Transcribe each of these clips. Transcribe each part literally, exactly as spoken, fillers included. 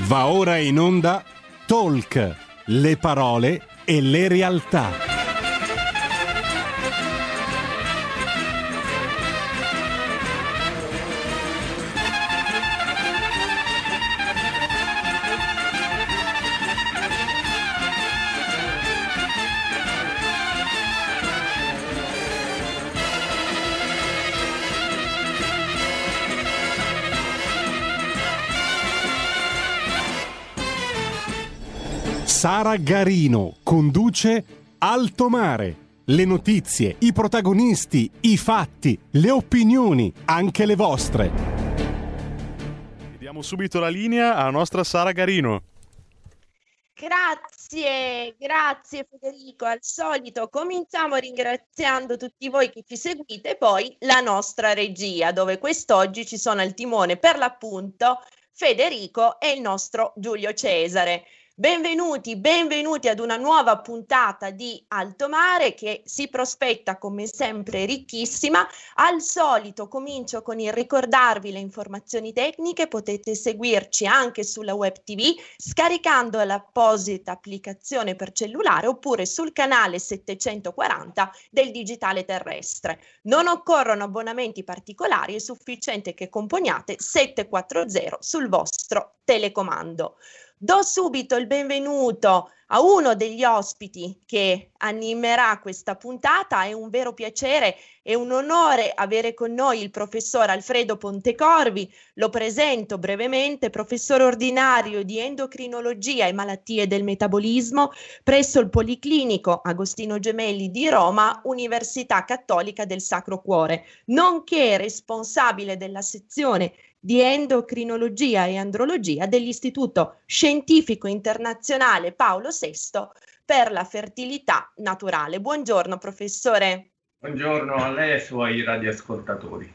Va ora in onda Talk, le parole e le realtà. Sara Garino conduce Alto Mare. Le notizie, i protagonisti, i fatti, le opinioni, anche le vostre. Diamo subito la linea alla nostra Sara Garino. Grazie, grazie Federico. Al solito cominciamo ringraziando tutti voi che ci seguite e poi la nostra regia, dove quest'oggi ci sono al timone per l'appunto Federico e il nostro Giulio Cesare. Benvenuti, benvenuti ad una nuova puntata di Alto Mare che si prospetta come sempre ricchissima. Al solito comincio con il ricordarvi le informazioni tecniche, potete seguirci anche sulla web tivù scaricando l'apposita applicazione per cellulare oppure sul canale settecentoquaranta del digitale terrestre. Non occorrono abbonamenti particolari, è sufficiente che componiate sette quattro zero sul vostro telecomando. Do subito il benvenuto a uno degli ospiti che animerà questa puntata. È un vero piacere e un onore avere con noi il professor Alfredo Pontecorvi. Lo presento brevemente, professore ordinario di endocrinologia e malattie del metabolismo presso il Policlinico Agostino Gemelli di Roma, Università Cattolica del Sacro Cuore, nonché responsabile della sezione di endocrinologia e andrologia dell'Istituto Scientifico Internazionale Paolo sesto per la fertilità naturale. Buongiorno professore. Buongiorno a lei e ai suoi radioascoltatori.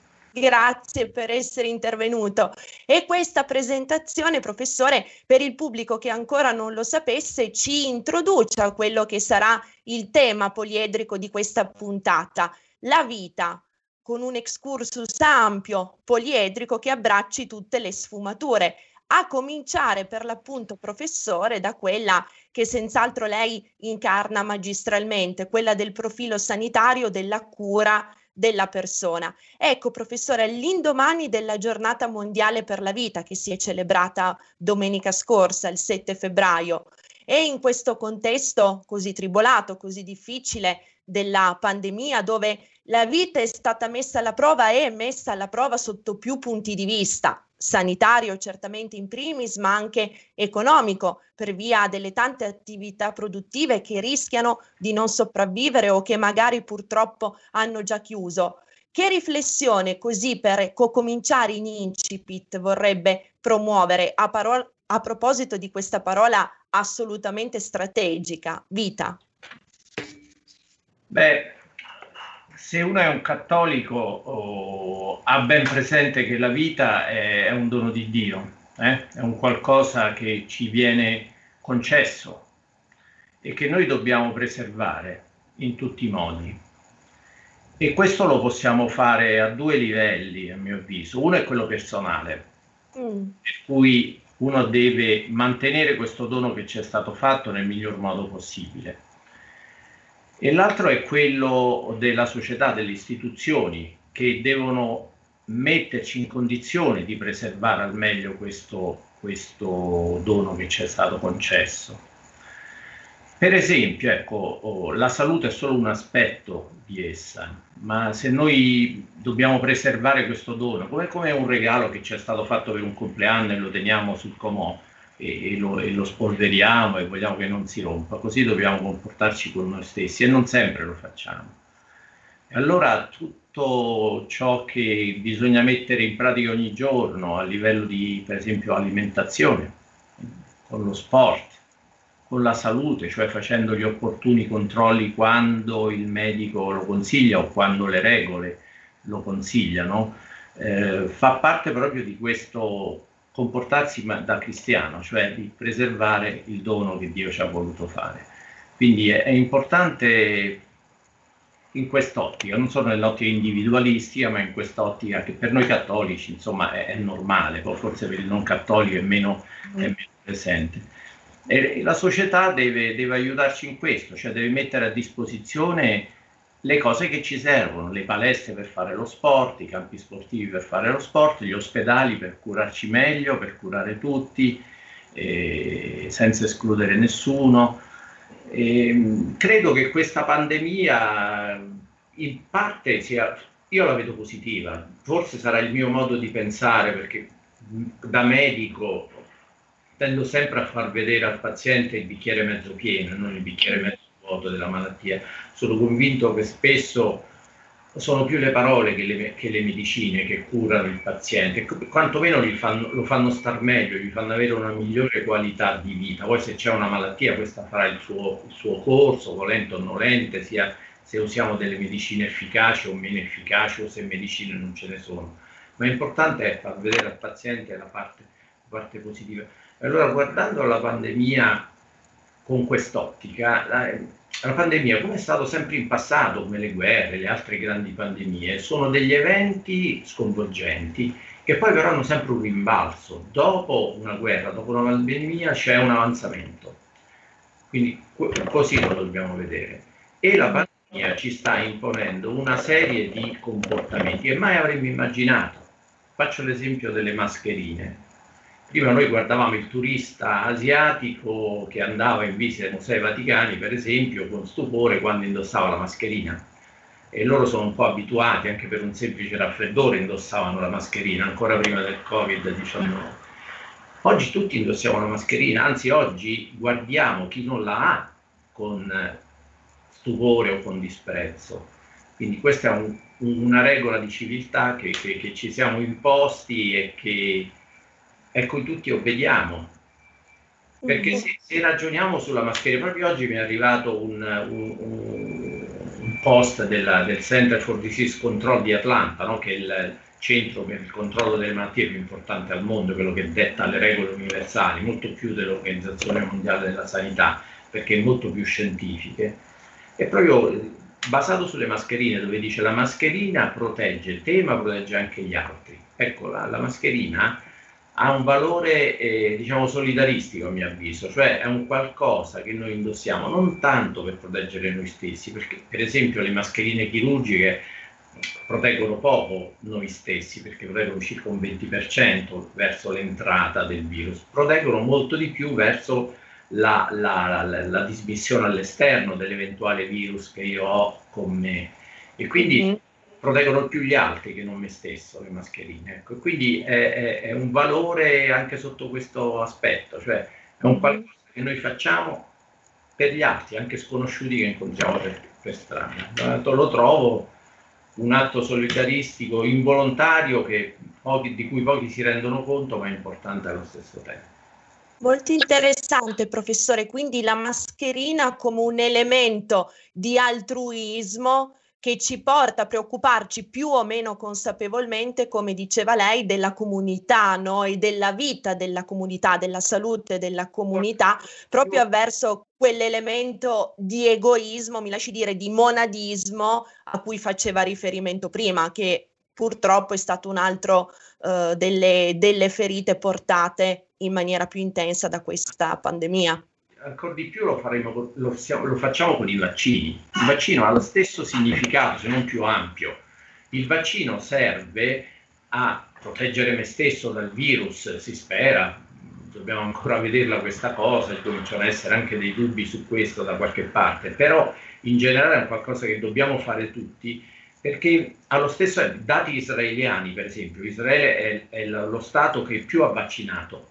Grazie per essere intervenuto. E questa presentazione, professore, per il pubblico che ancora non lo sapesse, ci introduce a quello che sarà il tema poliedrico di questa puntata, la vita, con un excursus ampio, poliedrico, che abbracci tutte le sfumature, a cominciare per l'appunto, professore, da quella che senz'altro lei incarna magistralmente, quella del profilo sanitario della cura della persona. Ecco, professore, all'indomani della Giornata Mondiale per la Vita, che si è celebrata domenica scorsa, il sette febbraio, e in questo contesto così tribolato, così difficile della pandemia, dove la vita è stata messa alla prova e è messa alla prova sotto più punti di vista, sanitario certamente in primis, ma anche economico, per via delle tante attività produttive che rischiano di non sopravvivere o che magari purtroppo hanno già chiuso. Che riflessione, così per cominciare in incipit, vorrebbe promuovere a, parol- a proposito di questa parola assolutamente strategica, vita? Beh, se uno è un cattolico oh, ha ben presente che la vita è, è un dono di Dio, eh? È un qualcosa che ci viene concesso e che noi dobbiamo preservare in tutti i modi. E questo lo possiamo fare a due livelli, a mio avviso. Uno è quello personale, mm. per cui uno deve mantenere questo dono che ci è stato fatto nel miglior modo possibile. E l'altro è quello della società, delle istituzioni, che devono metterci in condizione di preservare al meglio questo, questo dono che ci è stato concesso. Per esempio, ecco, la salute è solo un aspetto di essa, ma se noi dobbiamo preservare questo dono, come, come un regalo che ci è stato fatto per un compleanno e lo teniamo sul comò, E lo, e lo spolveriamo e vogliamo che non si rompa, così dobbiamo comportarci con noi stessi e non sempre lo facciamo. E allora tutto ciò che bisogna mettere in pratica ogni giorno a livello di, per esempio, alimentazione, con lo sport, con la salute, cioè facendo gli opportuni controlli quando il medico lo consiglia o quando le regole lo consigliano, eh, fa parte proprio di questo comportarsi da cristiano, cioè di preservare il dono che Dio ci ha voluto fare. Quindi è, è importante in quest'ottica, non solo nell'ottica individualistica, ma in quest'ottica che per noi cattolici, insomma, è, è normale, poi forse per il non cattolico è meno, è meno presente. E la società deve, deve aiutarci in questo, cioè deve mettere a disposizione le cose che ci servono, le palestre per fare lo sport, i campi sportivi per fare lo sport, gli ospedali per curarci meglio, per curare tutti, eh, senza escludere nessuno. E credo che questa pandemia in parte sia, io la vedo positiva, forse sarà il mio modo di pensare, perché da medico tendo sempre a far vedere al paziente il bicchiere mezzo pieno e non il bicchiere mezzo vuoto della malattia. Sono convinto che spesso sono più le parole che le, che le medicine che curano il paziente, quantomeno gli fanno, lo fanno star meglio, gli fanno avere una migliore qualità di vita. Poi se c'è una malattia questa farà il suo, il suo corso, volente o nolente, sia se usiamo delle medicine efficaci o meno efficaci o se medicine non ce ne sono. Ma l'importante è far vedere al paziente la parte, la parte positiva. Allora, guardando la pandemia con quest'ottica, la, la pandemia, come è stato sempre in passato, come le guerre, le altre grandi pandemie, sono degli eventi sconvolgenti che poi però hanno sempre un rimbalzo. Dopo una guerra, dopo una pandemia c'è un avanzamento. Quindi così lo dobbiamo vedere. E la pandemia ci sta imponendo una serie di comportamenti che mai avremmo immaginato. Faccio l'esempio delle mascherine. Prima noi guardavamo il turista asiatico che andava in visita ai Musei Vaticani, per esempio, con stupore quando indossava la mascherina. E loro sono un po' abituati, anche per un semplice raffreddore indossavano la mascherina, ancora prima del covid diciannove. Oggi tutti indossiamo la mascherina, anzi oggi guardiamo chi non la ha con stupore o con disprezzo. Quindi questa è un, una regola di civiltà che, che, che ci siamo imposti e che e cui tutti obbediamo, perché se, se ragioniamo sulla mascherina, proprio oggi mi è arrivato un, un, un post della, del Center for Disease Control di Atlanta, no? Che è il centro per il controllo delle malattie più importante al mondo, quello che detta le regole universali, molto più dell'Organizzazione Mondiale della Sanità, perché è molto più scientifiche, è proprio basato sulle mascherine, dove dice la mascherina protegge te ma protegge anche gli altri. Ecco, la, la mascherina ha un valore eh, diciamo solidaristico a mio avviso, cioè è un qualcosa che noi indossiamo non tanto per proteggere noi stessi, perché per esempio le mascherine chirurgiche proteggono poco noi stessi, perché proteggono circa un venti per cento verso l'entrata del virus, proteggono molto di più verso la, la, la, la dismissione all'esterno dell'eventuale virus che io ho con me, e quindi mm-hmm. proteggono più gli altri che non me stesso, le mascherine. Ecco, quindi è, è, è un valore anche sotto questo aspetto, cioè è un qualcosa che noi facciamo per gli altri, anche sconosciuti che incontriamo per, per strada. Lo trovo un atto solidaristico involontario che pochi, di cui pochi si rendono conto, ma è importante allo stesso tempo. Molto interessante, professore, quindi la mascherina come un elemento di altruismo che ci porta a preoccuparci più o meno consapevolmente, come diceva lei, della comunità, no? E della vita della comunità, della salute della comunità, proprio verso quell'elemento di egoismo, mi lasci dire, di monadismo a cui faceva riferimento prima, che purtroppo è stato un altro uh, delle, delle ferite portate in maniera più intensa da questa pandemia. Ancora di più lo, faremo, lo, lo facciamo con i vaccini. Il vaccino ha lo stesso significato, se non più ampio. Il vaccino serve a proteggere me stesso dal virus, si spera, dobbiamo ancora vederla questa cosa, cominciano ad essere anche dei dubbi su questo da qualche parte, però in generale è un qualcosa che dobbiamo fare tutti, perché allo stesso tempo, dati israeliani per esempio, Israele è, è lo stato che più ha vaccinato,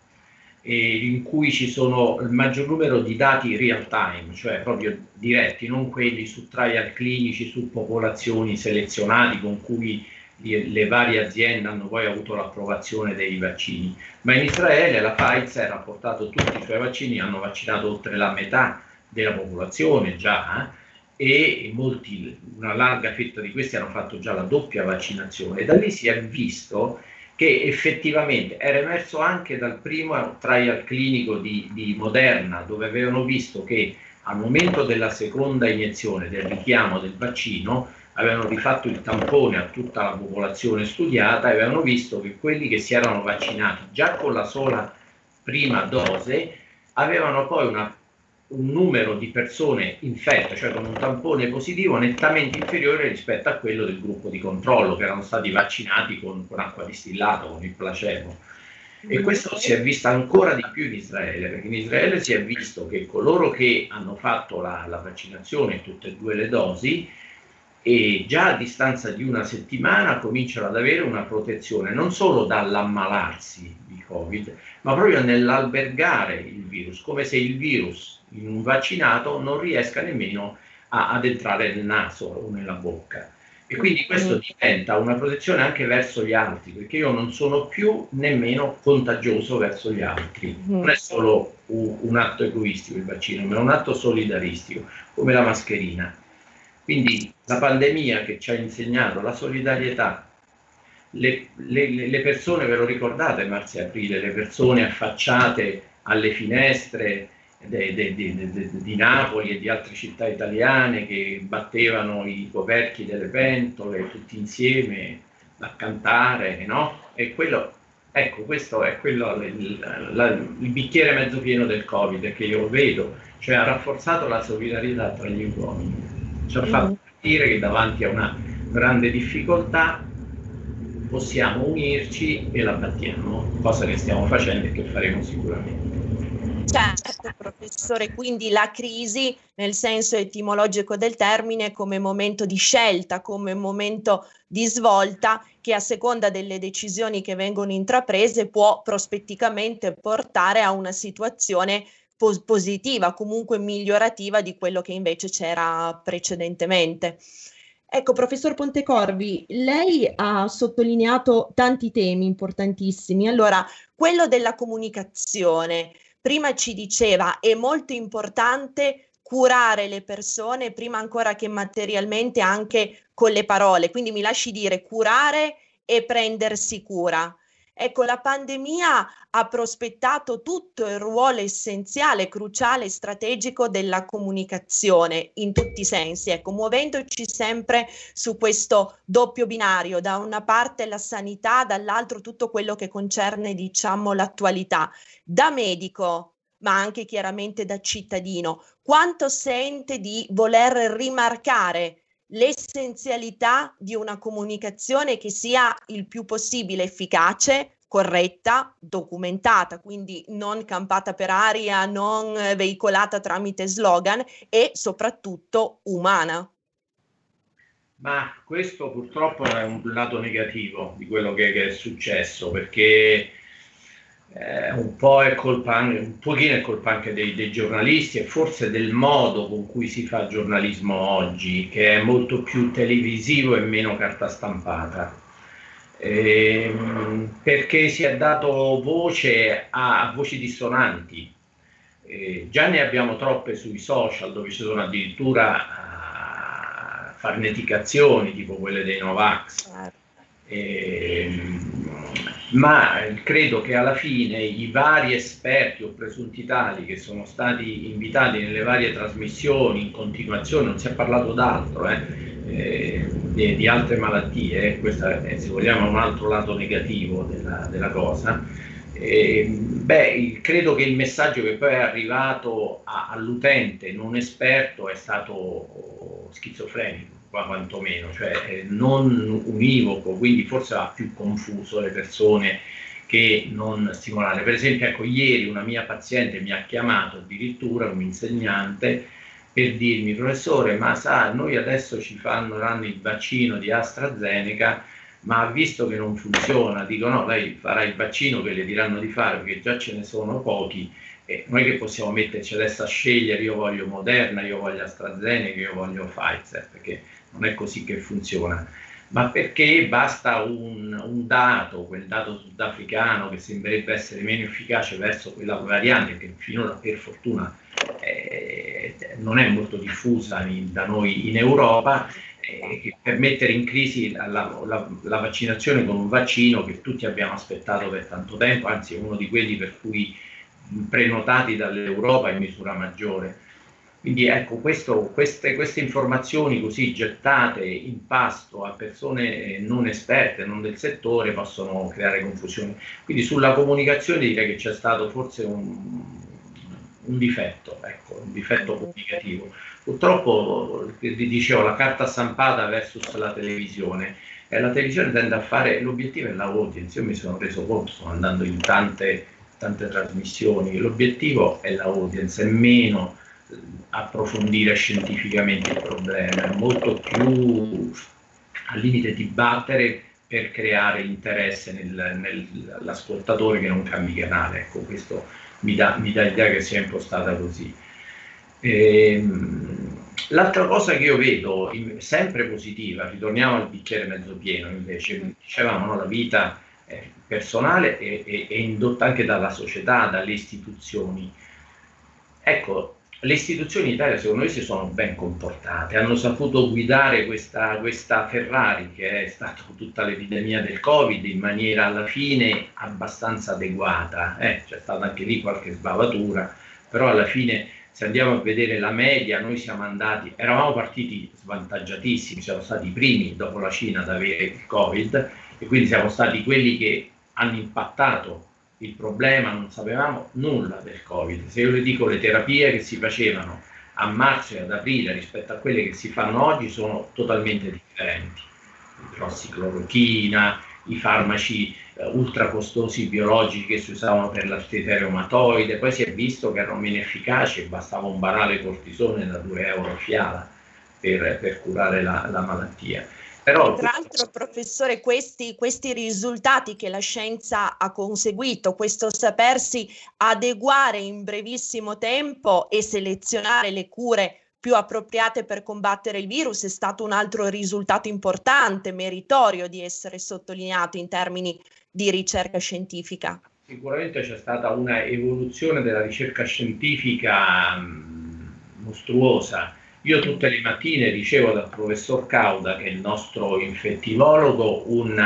e in cui ci sono il maggior numero di dati real time, cioè proprio diretti, non quelli su trial clinici, su popolazioni selezionati con cui le varie aziende hanno poi avuto l'approvazione dei vaccini, ma in Israele la Pfizer ha portato tutti i suoi vaccini, hanno vaccinato oltre la metà della popolazione già, eh, e molti, una larga fetta di questi hanno fatto già la doppia vaccinazione, e da lì si è visto che effettivamente era emerso anche dal primo trial clinico di, di Moderna, dove avevano visto che al momento della seconda iniezione, del richiamo del vaccino, avevano rifatto il tampone a tutta la popolazione studiata e avevano visto che quelli che si erano vaccinati già con la sola prima dose avevano poi una, un numero di persone infette, cioè con un tampone positivo, nettamente inferiore rispetto a quello del gruppo di controllo, che erano stati vaccinati con, con acqua distillata, con il placebo. E questo si è visto ancora di più in Israele, perché in Israele si è visto che coloro che hanno fatto la, la vaccinazione, tutte e due le dosi, e già a distanza di una settimana cominciano ad avere una protezione non solo dall'ammalarsi di Covid, ma proprio nell'albergare il virus, come se il virus in un vaccinato non riesca nemmeno a, ad entrare nel naso o nella bocca. E quindi questo diventa una protezione anche verso gli altri, perché io non sono più nemmeno contagioso verso gli altri. Non è solo un, un atto egoistico il vaccino, ma è un atto solidaristico, come la mascherina. Quindi la pandemia che ci ha insegnato la solidarietà, le, le, le persone, ve lo ricordate marzo e aprile, le persone affacciate alle finestre de, de, de, de, de, di Napoli e di altre città italiane che battevano i coperchi delle pentole tutti insieme a cantare, no? E quello, ecco, questo è quello, il, la, il bicchiere mezzo pieno del Covid che io vedo, cioè ha rafforzato la solidarietà tra gli uomini. Ci ha fatto capire che davanti a una grande difficoltà possiamo unirci e la battiamo, cosa che stiamo facendo e che faremo sicuramente. Certo, professore, quindi la crisi, nel senso etimologico del termine, come momento di scelta, come momento di svolta, che a seconda delle decisioni che vengono intraprese può prospetticamente portare a una situazione positiva, comunque migliorativa di quello che invece c'era precedentemente. Ecco, professor Pontecorvi, lei ha sottolineato tanti temi importantissimi. Allora, quello della comunicazione, prima ci diceva, è molto importante curare le persone, prima ancora che materialmente, anche con le parole. Quindi mi lasci dire curare e prendersi cura. Ecco, la pandemia ha prospettato tutto il ruolo essenziale, cruciale, strategico della comunicazione in tutti i sensi, ecco, muovendoci sempre su questo doppio binario, da una parte la sanità, dall'altro tutto quello che concerne, diciamo, l'attualità. Da medico, ma anche chiaramente da cittadino, quanto sente di voler rimarcare l'essenzialità di una comunicazione che sia il più possibile efficace, corretta, documentata, quindi non campata per aria, non veicolata tramite slogan e soprattutto umana. Ma questo purtroppo è un lato negativo di quello che, che è successo, perché eh, un po' è colpa anche, un pochino è colpa anche dei, dei giornalisti e forse del modo con cui si fa giornalismo oggi, che è molto più televisivo e meno carta stampata. Eh, perché si è dato voce a, a voci dissonanti. Eh, già ne abbiamo troppe sui social, dove ci sono addirittura uh, farneticazioni tipo quelle dei Novax. Eh, ma credo che alla fine i vari esperti o presunti tali che sono stati invitati nelle varie trasmissioni in continuazione, non si è parlato d'altro, eh, eh, di, di altre malattie, questo è, se vogliamo, un altro lato negativo della, della cosa. Eh, beh, credo che il messaggio che poi è arrivato a, all'utente non esperto è stato schizofrenico, qua quantomeno, cioè eh, non univoco, quindi forse ha più confuso le persone che non stimolare. Per esempio, ecco, ieri una mia paziente mi ha chiamato addirittura, un insegnante, per dirmi: professore, ma sa, noi adesso ci faranno il vaccino di AstraZeneca, ma visto che non funziona, dico no, lei farà il vaccino che le diranno di fare, perché già ce ne sono pochi, e non è che possiamo metterci adesso a scegliere, io voglio Moderna, io voglio AstraZeneca, io voglio Pfizer, perché non è così che funziona, ma perché basta un, un dato, quel dato sudafricano che sembrerebbe essere meno efficace verso quella variante che finora per fortuna eh, non è molto diffusa in, da noi in Europa, eh, per mettere in crisi la, la, la vaccinazione con un vaccino che tutti abbiamo aspettato per tanto tempo, anzi è uno di quelli per cui prenotati dall'Europa in misura maggiore. Quindi ecco, questo, queste, queste informazioni così gettate in pasto a persone non esperte, non del settore, possono creare confusione. Quindi sulla comunicazione direi che c'è stato forse un, un difetto, ecco, un difetto comunicativo. Purtroppo, vi dicevo, la carta stampata versus la televisione. Eh, la televisione tende a fare, l'obiettivo è l'audience, io mi sono reso conto, sto andando in tante, tante trasmissioni, l'obiettivo è l'audience, è meno approfondire scientificamente il problema, è molto più al limite dibattere per creare interesse nel, nell'ascoltatore che non cambi canale. Ecco, questo mi dà, mi dà l'idea che sia impostata così. Ehm, l'altra cosa che io vedo in, sempre positiva, ritorniamo al bicchiere mezzo pieno invece, dicevamo, no, la vita eh, personale è, è, è indotta anche dalla società, dalle istituzioni. Ecco, le istituzioni in Italia secondo me si sono ben comportate, hanno saputo guidare questa, questa Ferrari che è stata tutta l'epidemia del Covid in maniera alla fine abbastanza adeguata, eh, c'è stata anche lì qualche sbavatura, però alla fine se andiamo a vedere la media noi siamo andati, eravamo partiti svantaggiatissimi, siamo stati i primi dopo la Cina ad avere il Covid e quindi siamo stati quelli che hanno impattato il problema, non sapevamo nulla del Covid. Se io le dico le terapie che si facevano a marzo e ad aprile rispetto a quelle che si fanno oggi sono totalmente differenti. L'idrossiclorochina, i farmaci eh, ultra costosi biologici che si usavano per l'artrite reumatoide, poi si è visto che erano meno efficaci e bastava un banale cortisone da due euro a fiala per, per curare la, la malattia. Però, tra l'altro, professore, questi, questi risultati che la scienza ha conseguito, questo sapersi adeguare in brevissimo tempo e selezionare le cure più appropriate per combattere il virus, è stato un altro risultato importante, meritorio di essere sottolineato in termini di ricerca scientifica. Sicuramente c'è stata una evoluzione della ricerca scientifica mh, mostruosa. Io tutte le mattine ricevo dal professor Cauda, che è il nostro infettivologo, un,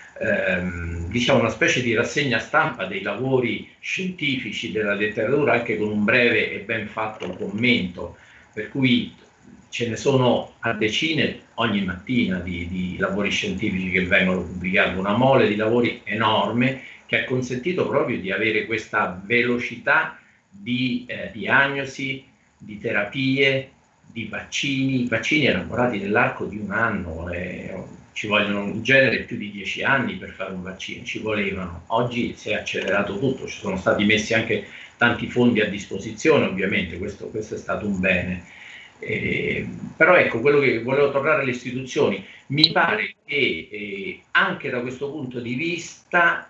ehm, diciamo una specie di rassegna stampa dei lavori scientifici della letteratura, anche con un breve e ben fatto commento, per cui ce ne sono a decine ogni mattina di, di lavori scientifici che vengono pubblicati, una mole di lavori enorme che ha consentito proprio di avere questa velocità di eh, diagnosi, di terapie, di vaccini, i vaccini elaborati nell'arco di un anno, eh, ci vogliono in genere più di dieci anni per fare un vaccino, ci volevano. Oggi si è accelerato tutto, ci sono stati messi anche tanti fondi a disposizione, ovviamente, questo, questo è stato un bene. Eh, però ecco, quello che volevo tornare alle istituzioni, mi pare che eh, anche da questo punto di vista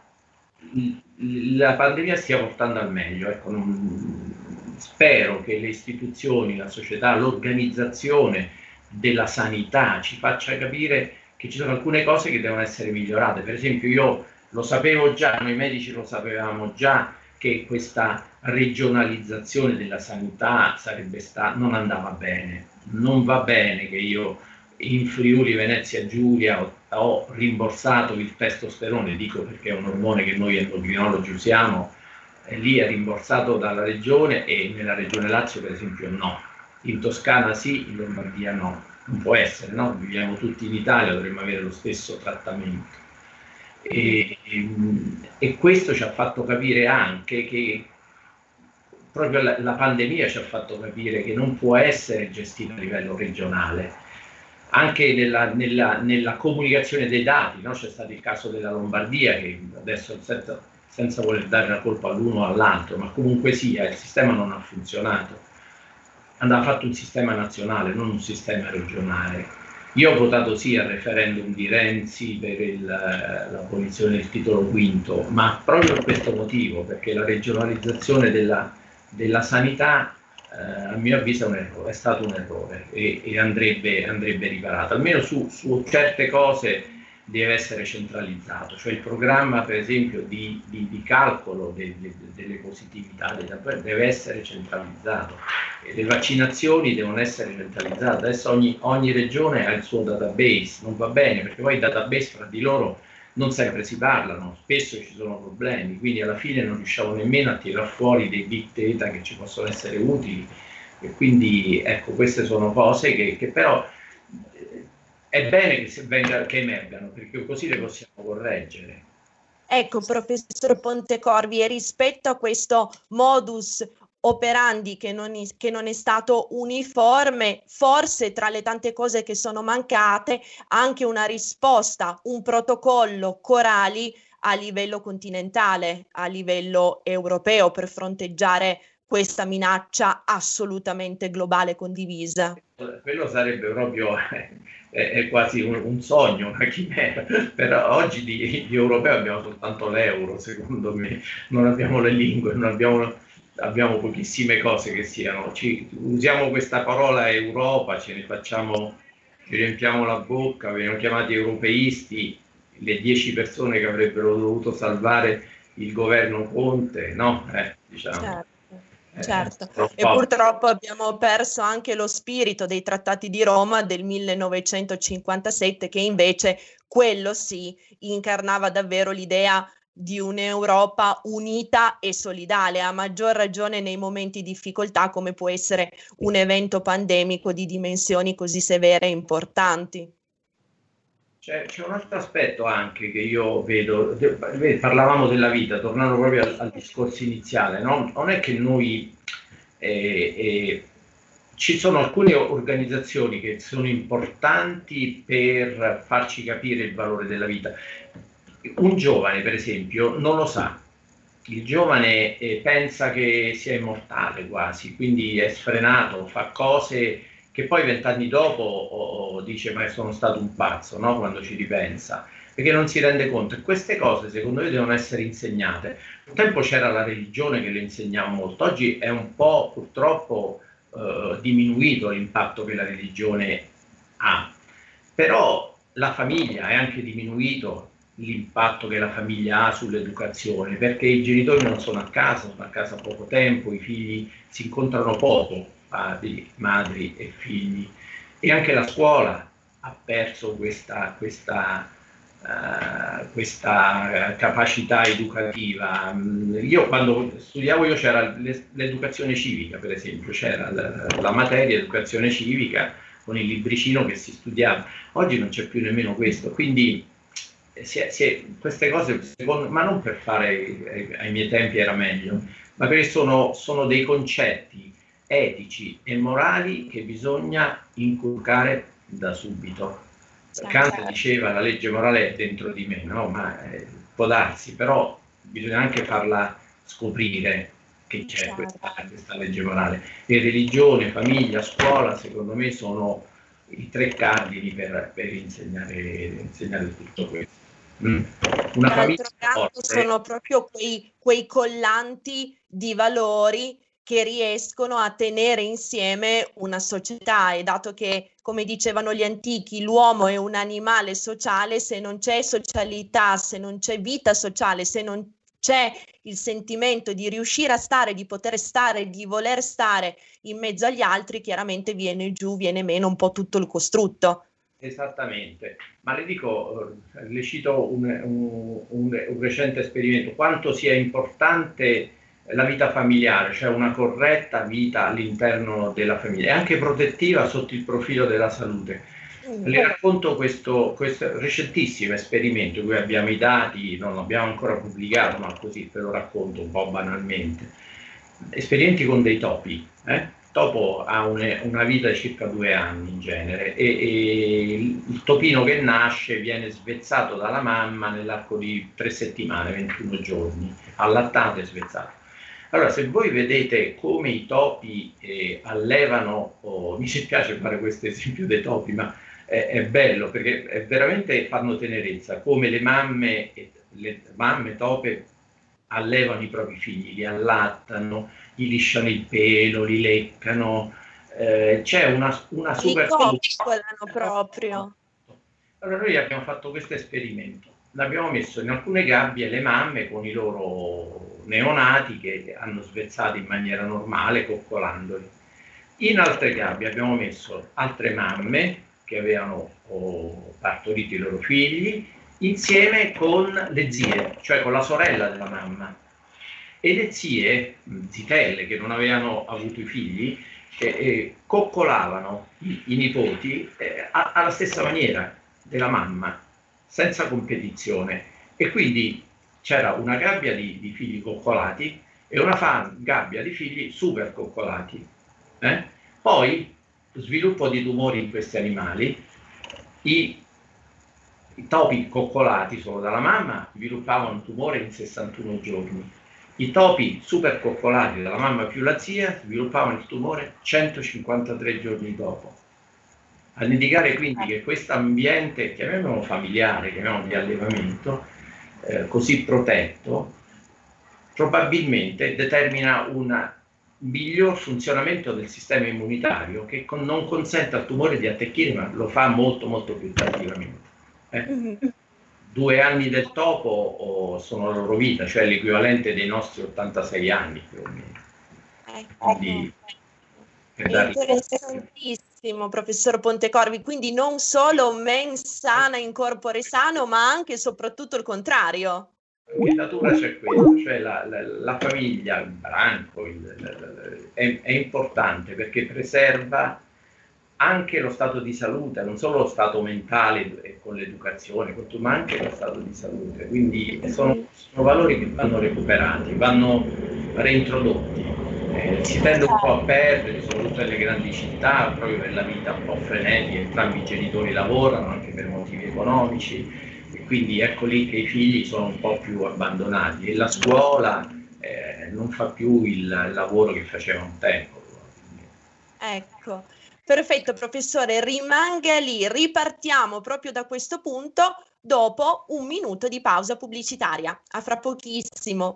l- la pandemia stia portando al meglio, ecco, non, spero che le istituzioni, la società, l'organizzazione della sanità ci faccia capire che ci sono alcune cose che devono essere migliorate. Per esempio, io lo sapevo già, noi medici lo sapevamo già, che questa regionalizzazione della sanità sarebbe stata, non andava bene. Non va bene che io in Friuli Venezia Giulia ho, ho rimborsato il testosterone, dico perché è un ormone che noi endocrinologi usiamo, e lì è rimborsato dalla regione e nella regione Lazio per esempio no, in Toscana sì, in Lombardia no, non può essere, no? Viviamo tutti in Italia, dovremmo avere lo stesso trattamento e, e, e questo ci ha fatto capire anche che proprio la, la pandemia ci ha fatto capire che non può essere gestita a livello regionale, anche nella, nella, nella comunicazione dei dati, no? C'è stato il caso della Lombardia che adesso senza senza voler dare la colpa all'uno o all'altro, ma comunque sia, il sistema non ha funzionato. Andava fatto un sistema nazionale, non un sistema regionale. Io ho votato sì al referendum di Renzi per il, l'abolizione del titolo quinto, ma proprio per questo motivo, perché la regionalizzazione della, della sanità, eh, a mio avviso, è un errore, è stato un errore e, e andrebbe, andrebbe riparato. Almeno su, su certe cose deve essere centralizzato, cioè il programma per esempio di, di, di calcolo de, de, delle positività deve essere centralizzato e le vaccinazioni devono essere centralizzate. Adesso ogni, ogni regione ha il suo database, non va bene perché poi i database fra di loro non sempre si parlano, spesso ci sono problemi, quindi alla fine non riusciamo nemmeno a tirar fuori dei big data che ci possono essere utili E quindi ecco, queste sono cose che, che però eh, è bene che, se venga, che emergano, perché così le possiamo correggere. Ecco, professor Pontecorvi, e rispetto a questo modus operandi che non, che non è stato uniforme, forse tra le tante cose che sono mancate, anche una risposta, un protocollo Corali a livello continentale, a livello europeo, per fronteggiare questa minaccia assolutamente globale condivisa. Quello sarebbe proprio è, è quasi un, un sogno, una chimera, però oggi di, di europeo abbiamo soltanto l'euro, secondo me, non abbiamo le lingue, non abbiamo, abbiamo pochissime cose che siano, ci, usiamo questa parola Europa, ce ne facciamo, ci riempiamo la bocca, veniamo chiamati europeisti, le dieci persone che avrebbero dovuto salvare il governo Conte, no? Eh, diciamo. Certo. Certo, e purtroppo abbiamo perso anche lo spirito dei trattati di Roma del millenovecentocinquantasette, che invece quello sì incarnava davvero l'idea di un'Europa unita e solidale, a maggior ragione nei momenti di difficoltà come può essere un evento pandemico di dimensioni così severe e importanti. C'è, c'è un altro aspetto anche che io vedo, parlavamo della vita, tornando proprio al, al discorso iniziale, no? Non è che noi, eh, eh, ci sono alcune organizzazioni che sono importanti per farci capire il valore della vita. Un giovane, per esempio, non lo sa. Il giovane eh, pensa che sia immortale quasi, quindi è sfrenato, fa cose che poi vent'anni dopo oh, dice ma sono stato un pazzo, no? Quando ci ripensa, perché non si rende conto. E queste cose secondo me devono essere insegnate. Un tempo c'era la religione che le insegnava molto, oggi è un po' purtroppo eh, diminuito l'impatto che la religione ha, però la famiglia è anche diminuito l'impatto che la famiglia ha sull'educazione, perché i genitori non sono a casa, sono a casa poco tempo, i figli si incontrano poco, padri, madri e figli, e anche la scuola ha perso questa, questa, uh, questa capacità educativa. Io quando studiavo io c'era l'educazione civica, per esempio, c'era la, la materia educazione civica con il libricino che si studiava, oggi non c'è più nemmeno questo, quindi si è, si è, queste cose, secondo, ma non per fare, ai miei tempi era meglio, ma perché sono, sono dei concetti etici e morali che bisogna inculcare da subito. Kant diceva la legge morale è dentro di me, no? Ma eh, può darsi, però bisogna anche farla scoprire che c'è questa, questa legge morale. E religione, famiglia, scuola, secondo me sono i tre cardini per, per insegnare, insegnare tutto questo. Mm. Una famiglia forte sono proprio quei, quei collanti di valori che riescono a tenere insieme una società, e dato che, come dicevano gli antichi, l'uomo è un animale sociale, se non c'è socialità, se non c'è vita sociale, se non c'è il sentimento di riuscire a stare, di poter stare, di voler stare in mezzo agli altri, chiaramente viene giù, viene meno un po' tutto il costrutto. Esattamente, ma le dico, le cito un, un, un, un recente esperimento, quanto sia importante la vita familiare, cioè una corretta vita all'interno della famiglia, e anche protettiva sotto il profilo della salute. Le racconto questo, questo recentissimo esperimento, di cui abbiamo i dati, non l'abbiamo ancora pubblicato, ma così ve lo racconto un po' banalmente. Esperimenti con dei topi. Eh? Topo ha une, una vita di circa due anni in genere, e, e il topino che nasce viene svezzato dalla mamma nell'arco di tre settimane, ventuno giorni, allattato e svezzato. Allora, se voi vedete come i topi eh, allevano, oh, mi dispiace fare questo esempio dei topi, ma è, è bello perché è veramente fanno tenerezza, come le mamme, le mamme tope allevano i propri figli, li allattano, gli lisciano il pelo, li leccano, eh, c'è una, una super... Li coccolano proprio. Allora noi abbiamo fatto questo esperimento, l'abbiamo messo in alcune gabbie le mamme con i loro neonati che hanno svezzato in maniera normale, coccolandoli. In altre gabbie abbiamo messo altre mamme che avevano oh, partorito i loro figli insieme con le zie, cioè con la sorella della mamma. E le zie, zitelle che non avevano avuto i figli, che eh, coccolavano i, i nipoti eh, a, alla stessa maniera della mamma, senza competizione, e quindi c'era una gabbia di, di figli coccolati e una fan, gabbia di figli super coccolati. Eh? Poi sviluppo di tumori in questi animali, i, i topi coccolati solo dalla mamma sviluppavano un tumore in sessantuno giorni, i topi super coccolati dalla mamma più la zia sviluppavano il tumore centocinquantatré giorni dopo, ad indicare quindi che questo ambiente, chiamiamolo familiare, chiamiamolo di allevamento, eh, così protetto, probabilmente determina un miglior funzionamento del sistema immunitario che con, non consente al tumore di attecchire, ma lo fa molto molto più tardivamente. Eh? Mm-hmm. Due anni del topo oh, sono la loro vita, cioè l'equivalente dei nostri ottantasei anni più o meno. Ecco. Quindi, per dare... Interessantissimo, professor Pontecorvi, quindi non solo mens sana in corpore sano, ma anche e soprattutto il contrario. In natura c'è questo, cioè la, la, la famiglia, il branco, il, il, è, è importante perché preserva anche lo stato di salute, non solo lo stato mentale e con l'educazione, ma anche lo stato di salute. Quindi sono, sono valori che vanno recuperati, vanno reintrodotti. Eh, si tende un po' a perdere, soprattutto nelle grandi città, proprio per la vita un po' frenetica, entrambi i genitori lavorano anche per motivi economici. Quindi ecco lì che i figli sono un po' più abbandonati e la scuola eh, non fa più il, il lavoro che faceva un tempo. Ecco, perfetto professore, rimanga lì, ripartiamo proprio da questo punto dopo un minuto di pausa pubblicitaria. A fra pochissimo.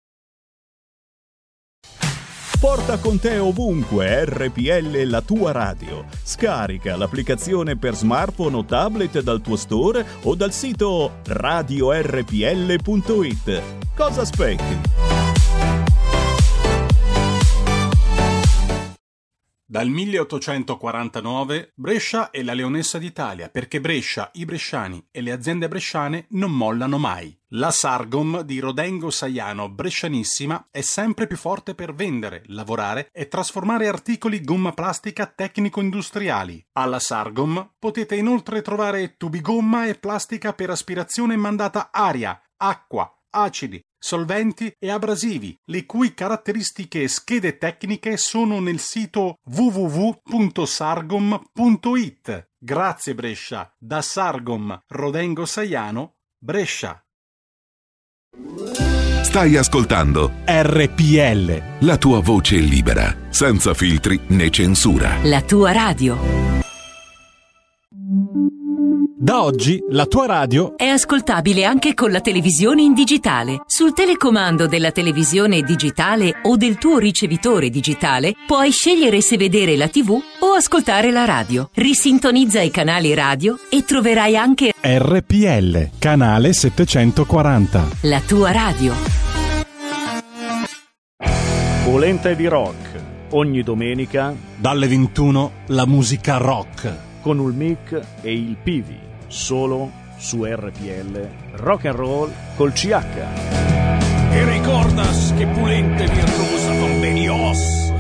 Porta con te ovunque R P L, la tua radio. Scarica l'applicazione per smartphone o tablet dal tuo store o dal sito radio erre pi elle punto it. Cosa aspetti? Dal milleottocentoquarantanove Brescia è la leonessa d'Italia, perché Brescia, i bresciani e le aziende bresciane non mollano mai. La Sargom di Rodengo Saiano Brescianissima è sempre più forte per vendere, lavorare e trasformare articoli gomma plastica tecnico-industriali. Alla Sargom potete inoltre trovare tubi gomma e plastica per aspirazione mandata aria, acqua, acidi, solventi e abrasivi, le cui caratteristiche e schede tecniche sono nel sito w w w punto sargom punto it. Grazie Brescia, da Sargom Rodengo Saiano, Brescia. Stai ascoltando R P L, la tua voce libera, senza filtri né censura. La tua radio. Da oggi la tua radio è ascoltabile anche con la televisione in digitale. Sul telecomando della televisione digitale o del tuo ricevitore digitale puoi scegliere se vedere la tivù o ascoltare la radio. Risintonizza i canali radio e troverai anche R P L, canale settecentoquaranta. La tua radio. Polenta di rock. Ogni domenica dalle ventuno la musica rock con il mic e il Pivi. Solo su R P L Rock and Roll col C H. E ricordas che pulente virtuosa con benios.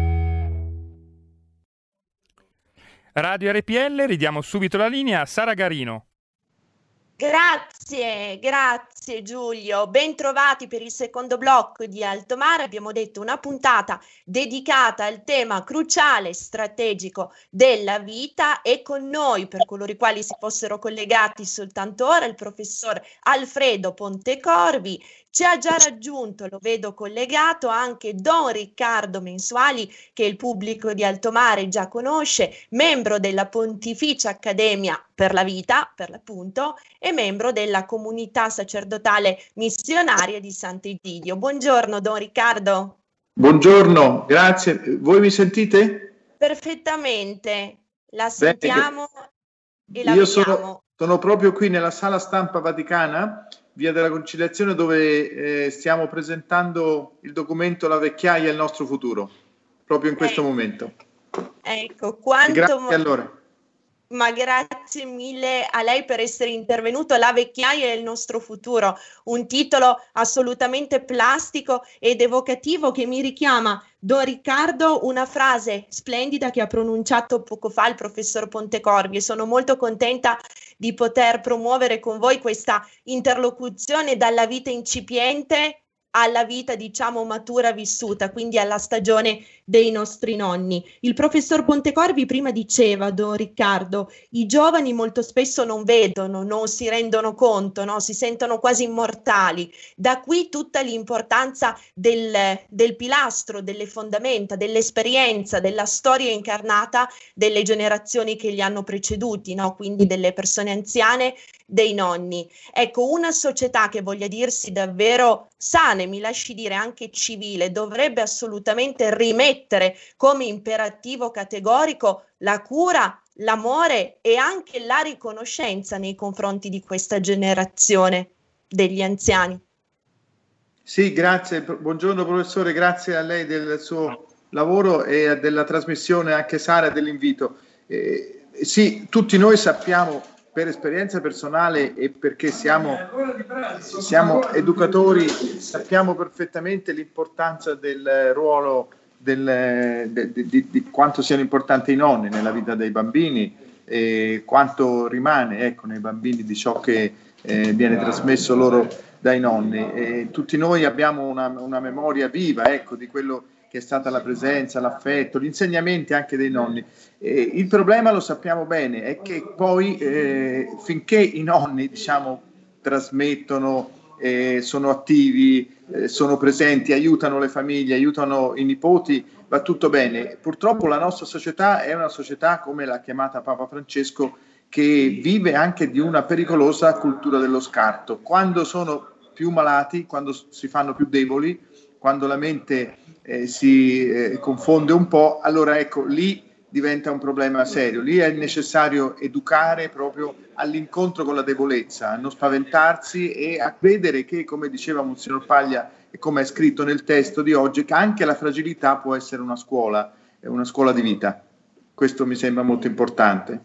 Radio R P L, ridiamo subito la linea a Sara Garino. Grazie, grazie Giulio, ben trovati per il secondo blocco di Alto Mare. Abbiamo detto una puntata dedicata al tema cruciale, strategico della vita, e con noi, per coloro i quali si fossero collegati soltanto ora, il professor Alfredo Pontecorvi. Ci ha già raggiunto, lo vedo collegato, anche Don Riccardo Mensuali, che il pubblico di Alto Mare già conosce, membro della Pontificia Accademia per la Vita, per l'appunto, e membro della comunità sacerdotale missionaria di Sant'Egidio. Buongiorno Don Riccardo. Buongiorno, grazie. Voi mi sentite? Perfettamente, la sentiamo. Bene. E la Io vediamo. Sono, sono proprio qui nella sala stampa vaticana, Via della Conciliazione, dove eh, stiamo presentando il documento La vecchiaia e il nostro futuro, proprio in questo eh, momento. Ecco, quanto... Grazie allora. Ma grazie mille a lei per essere intervenuto. La vecchiaia è il nostro futuro, un titolo assolutamente plastico ed evocativo che mi richiama, Don Riccardo, una frase splendida che ha pronunciato poco fa il professor Pontecorvi, e sono molto contenta di poter promuovere con voi questa interlocuzione dalla vita incipiente alla vita, diciamo, matura vissuta, quindi alla stagione dei nostri nonni. Il professor Pontecorvi prima diceva, Don Riccardo, i giovani molto spesso non vedono, non si rendono conto, no? Si sentono quasi immortali. Da qui tutta l'importanza del, del pilastro, delle fondamenta, dell'esperienza, della storia incarnata delle generazioni che li hanno preceduti, no? Quindi delle persone anziane, dei nonni. Ecco, una società che voglia dirsi davvero sana, e mi lasci dire anche civile, dovrebbe assolutamente rimettere come imperativo categorico la cura, l'amore e anche la riconoscenza nei confronti di questa generazione degli anziani. Sì, grazie. Buongiorno professore, grazie a lei del suo lavoro e della trasmissione, anche Sara, dell'invito. Eh, sì, tutti noi sappiamo per esperienza personale e perché siamo, siamo educatori, sappiamo perfettamente l'importanza del ruolo, del, de, de, de, di quanto siano importanti i nonni nella vita dei bambini e quanto rimane, ecco, nei bambini di ciò che eh, viene trasmesso loro dai nonni. E tutti noi abbiamo una, una memoria viva, ecco, di quello che è stata la presenza, l'affetto, gli insegnamenti anche dei nonni. Eh, il problema, lo sappiamo bene, è che poi eh, finché i nonni, diciamo, trasmettono, eh, sono attivi, eh, sono presenti, aiutano le famiglie, aiutano i nipoti, va tutto bene. Purtroppo la nostra società è una società, come l'ha chiamata Papa Francesco, che vive anche di una pericolosa cultura dello scarto. Quando sono più malati, quando si fanno più deboli, quando la mente eh, si eh, confonde un po', allora ecco, lì diventa un problema serio. Lì è necessario educare proprio all'incontro con la debolezza, a non spaventarsi e a credere che, come diceva Monsignor Paglia e come è scritto nel testo di oggi, che anche la fragilità può essere una scuola, una scuola di vita. Questo mi sembra molto importante.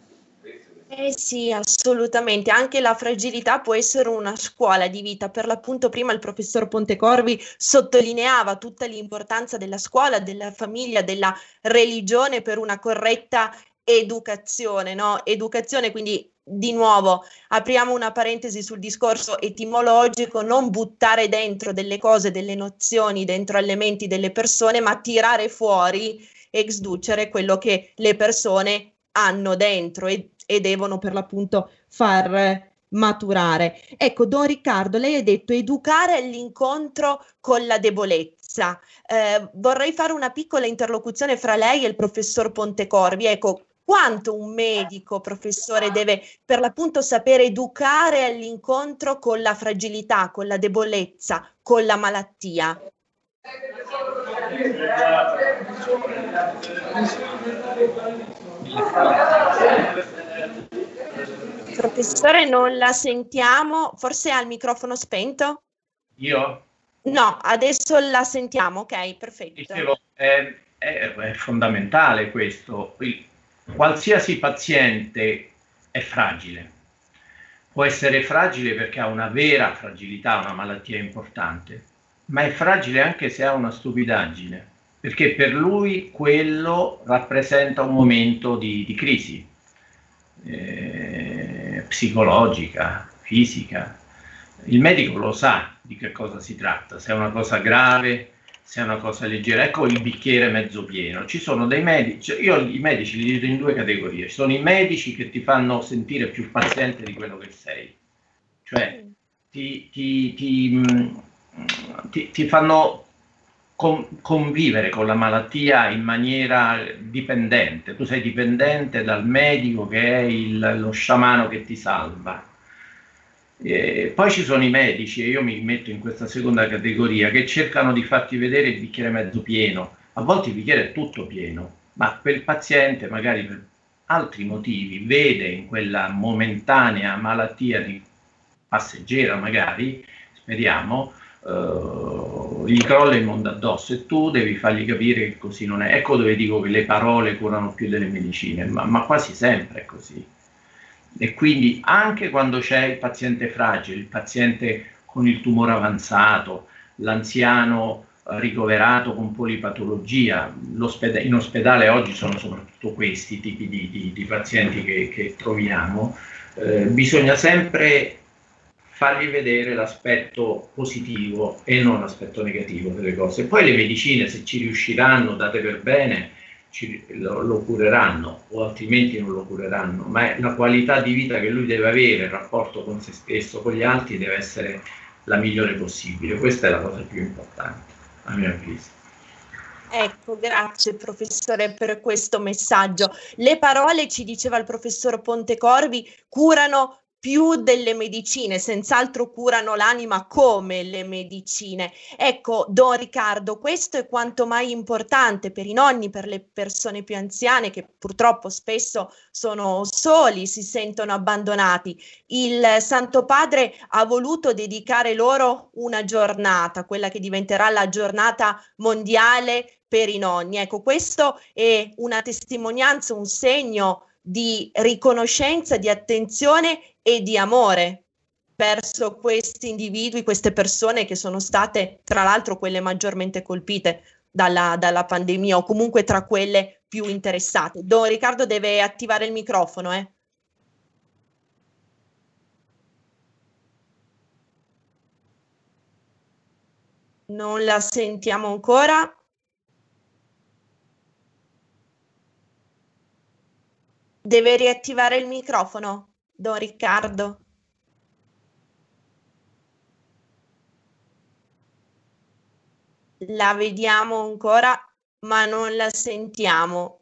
Eh sì, assolutamente, anche la fragilità può essere una scuola di vita. Per l'appunto prima il professor Pontecorvi sottolineava tutta l'importanza della scuola, della famiglia, della religione per una corretta educazione, no? Educazione, quindi di nuovo apriamo una parentesi sul discorso etimologico, non buttare dentro delle cose, delle nozioni dentro alle menti delle persone, ma tirare fuori, exducere quello che le persone hanno dentro e e devono per l'appunto far maturare. Ecco, Don Riccardo, lei ha detto educare all'incontro con la debolezza. Eh, vorrei fare una piccola interlocuzione fra lei e il professor Pontecorvi. Ecco, quanto un medico, professore, deve per l'appunto sapere educare all'incontro con la fragilità, con la debolezza, con la malattia? Professore, non la sentiamo, forse ha il microfono spento? Io? No, adesso la sentiamo, ok, perfetto. Dicevo, è, è, è fondamentale questo. Il, qualsiasi paziente è fragile, può essere fragile perché ha una vera fragilità, una malattia importante, ma è fragile anche se ha una stupidaggine, perché per lui quello rappresenta un momento di, di crisi eh, psicologica, fisica. Il medico lo sa di che cosa si tratta, se è una cosa grave, se è una cosa leggera. Ecco il bicchiere mezzo pieno. Ci sono dei medici, io i medici li divido in due categorie. Ci sono i medici che ti fanno sentire più paziente di quello che sei, cioè ti, ti, ti, ti, ti fanno con, convivere con la malattia in maniera dipendente. Tu sei dipendente dal medico che è il, lo sciamano che ti salva. E poi ci sono i medici, e io mi metto in questa seconda categoria, che cercano di farti vedere il bicchiere mezzo pieno. A volte il bicchiere è tutto pieno, ma quel paziente magari per altri motivi vede in quella momentanea malattia di passeggera, magari, speriamo, uh, gli crolla il mondo addosso e tu devi fargli capire che così non è. Ecco dove dico che le parole curano più delle medicine, ma, ma quasi sempre è così. E quindi anche quando c'è il paziente fragile, il paziente con il tumore avanzato, l'anziano ricoverato con polipatologia, in ospedale oggi sono soprattutto questi tipi di, di, di pazienti che, che troviamo, eh, bisogna sempre fargli vedere l'aspetto positivo e non l'aspetto negativo delle cose. Poi le medicine, se ci riusciranno, date per bene, ci, lo, lo cureranno, o altrimenti non lo cureranno, ma è la qualità di vita che lui deve avere, il rapporto con se stesso, con gli altri, deve essere la migliore possibile. Questa è la cosa più importante, a mio avviso. Ecco, grazie professore per questo messaggio. Le parole, ci diceva il professor Pontecorvi, curano più delle medicine, senz'altro curano l'anima come le medicine. Ecco, Don Riccardo, questo è quanto mai importante per i nonni, per le persone più anziane che purtroppo spesso sono soli, si sentono abbandonati. Il Santo Padre ha voluto dedicare loro una giornata, quella che diventerà la giornata mondiale per i nonni. Ecco, questo è una testimonianza, un segno di riconoscenza, di attenzione e di amore verso questi individui, queste persone che sono state tra l'altro quelle maggiormente colpite dalla, dalla pandemia, o comunque tra quelle più interessate. Don Riccardo deve attivare il microfono, eh. Non la sentiamo ancora. Deve riattivare il microfono, Don Riccardo. La vediamo ancora, ma non la sentiamo.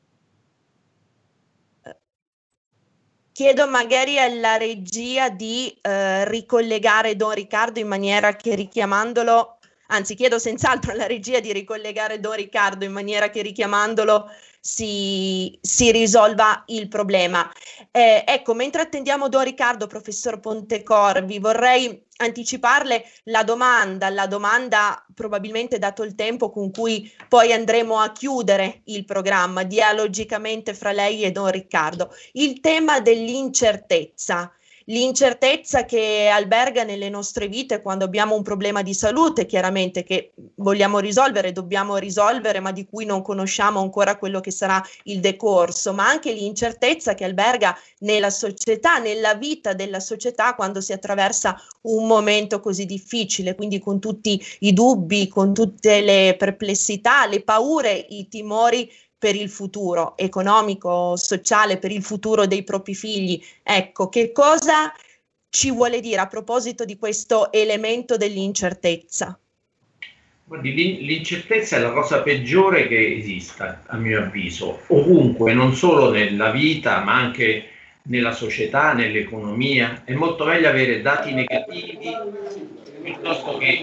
Chiedo magari alla regia di eh, ricollegare Don Riccardo in maniera che richiamandolo, anzi chiedo senz'altro alla regia di ricollegare Don Riccardo in maniera che richiamandolo Si, si risolva il problema. Eh, ecco, mentre attendiamo Don Riccardo, professor Pontecorvi, vorrei anticiparle la domanda, la domanda probabilmente dato il tempo con cui poi andremo a chiudere il programma, dialogicamente fra lei e Don Riccardo. Il tema dell'incertezza. L'incertezza che alberga nelle nostre vite quando abbiamo un problema di salute, chiaramente, che vogliamo risolvere, dobbiamo risolvere, ma di cui non conosciamo ancora quello che sarà il decorso, ma anche l'incertezza che alberga nella società, nella vita della società quando si attraversa un momento così difficile, quindi con tutti i dubbi, con tutte le perplessità, le paure, i timori per il futuro economico, sociale, per il futuro dei propri figli. Ecco, che cosa ci vuole dire a proposito di questo elemento dell'incertezza? Guardi, l'incertezza è la cosa peggiore che esista, a mio avviso, ovunque, non solo nella vita, ma anche nella società, nell'economia. È molto meglio avere dati negativi piuttosto che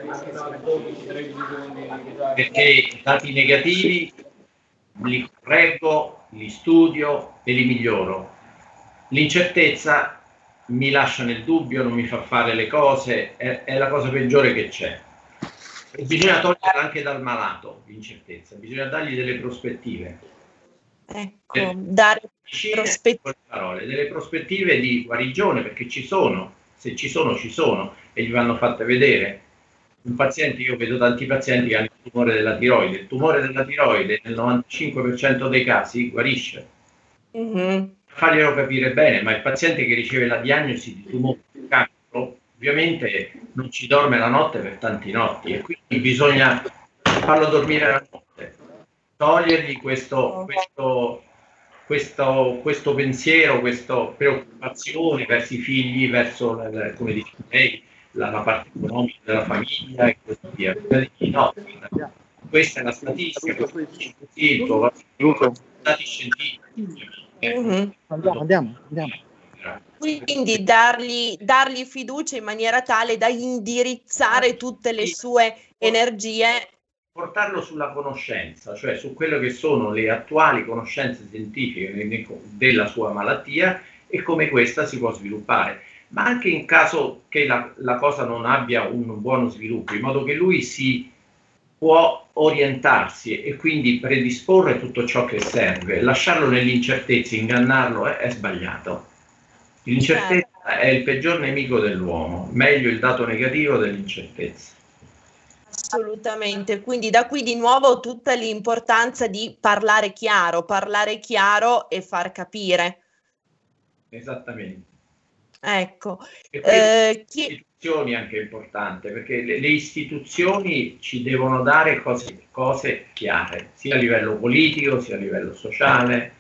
perché dati negativi li correggo, li studio e li miglioro. L'incertezza mi lascia nel dubbio, non mi fa fare le cose, è, è la cosa peggiore che c'è. E bisogna toglierla anche dal malato, l'incertezza, bisogna dargli delle prospettive. Ecco, eh, dare prospettive. Parole, delle prospettive di guarigione, perché ci sono, se ci sono, ci sono, e gli vanno fatte vedere. Un paziente, io vedo tanti pazienti che hanno il tumore della tiroide, il tumore della tiroide nel novantacinque per cento dei casi guarisce. Mm-hmm. Farglielo capire bene, ma il paziente che riceve la diagnosi di tumore di cancro ovviamente non ci dorme la notte per tanti notti, e quindi bisogna farlo dormire la notte, togliergli questo, questo, questo, questo pensiero, questa preoccupazione verso i figli, verso, come dice lei, La, la parte economica della famiglia e così via. No, questa è la statistica, il tuo dati scientifici. Mm-hmm. Andiamo, andiamo, andiamo. Quindi dargli, dargli fiducia in maniera tale da indirizzare tutte le sue energie. Portarlo sulla conoscenza, cioè su quello che sono le attuali conoscenze scientifiche della sua malattia e come questa si può sviluppare. Ma anche in caso che la, la cosa non abbia un buono sviluppo, in modo che lui si può orientarsi e quindi predisporre tutto ciò che serve. Lasciarlo nell'incertezza, ingannarlo è, è sbagliato. L'incertezza certo. è il peggior nemico dell'uomo, meglio il dato negativo dell'incertezza. Assolutamente, quindi da qui di nuovo tutta l'importanza di parlare chiaro, parlare chiaro e far capire. Esattamente. Ecco. E eh, chi... le istituzioni è anche importante, perché le, le istituzioni ci devono dare cose, cose chiare, sia a livello politico, sia a livello sociale.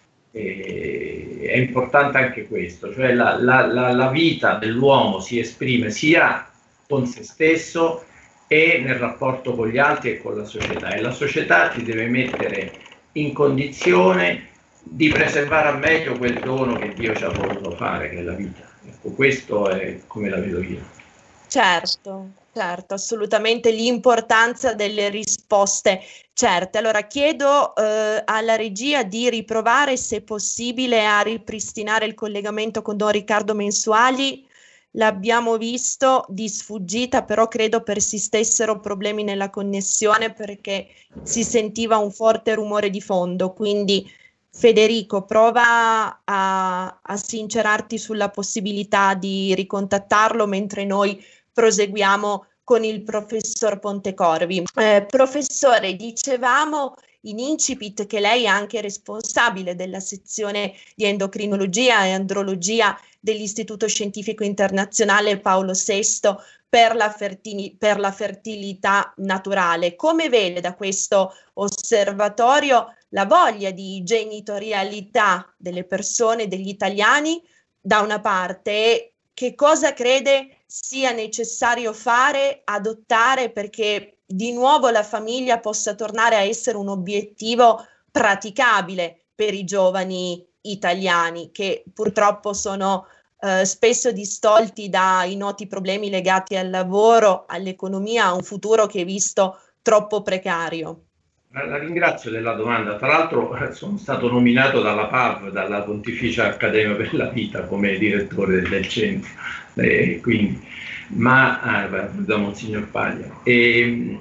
E, è importante anche questo, cioè la, la, la, la vita dell'uomo si esprime sia con se stesso e nel rapporto con gli altri e con la società, e la società ti deve mettere in condizione di preservare al meglio quel dono che Dio ci ha voluto fare, che è la vita. Ecco, questo è come la vedo io. Certo, certo, assolutamente l'importanza delle risposte certe. Allora chiedo eh, alla regia di riprovare, se possibile, a ripristinare il collegamento con Don Riccardo Mensuali. L'abbiamo visto di sfuggita, però credo persistessero problemi nella connessione perché si sentiva un forte rumore di fondo, quindi Federico, prova a, a sincerarti sulla possibilità di ricontattarlo mentre noi proseguiamo con il professor Pontecorvi. Eh, professore, dicevamo in incipit che lei è anche responsabile della sezione di endocrinologia e andrologia dell'Istituto Scientifico Internazionale Paolo sesto per la, fertili- per la fertilità naturale. Come vede da questo osservatorio la voglia di genitorialità delle persone, degli italiani, da una parte, e che cosa crede sia necessario fare, adottare, perché di nuovo la famiglia possa tornare a essere un obiettivo praticabile per i giovani italiani, che purtroppo sono eh, spesso distolti dai noti problemi legati al lavoro, all'economia, a un futuro che è visto troppo precario. La ringrazio della domanda. Tra l'altro sono stato nominato dalla P A V, dalla Pontificia Accademia per la Vita, come direttore del centro, eh, quindi, ma ah, da Monsignor Paglia. E,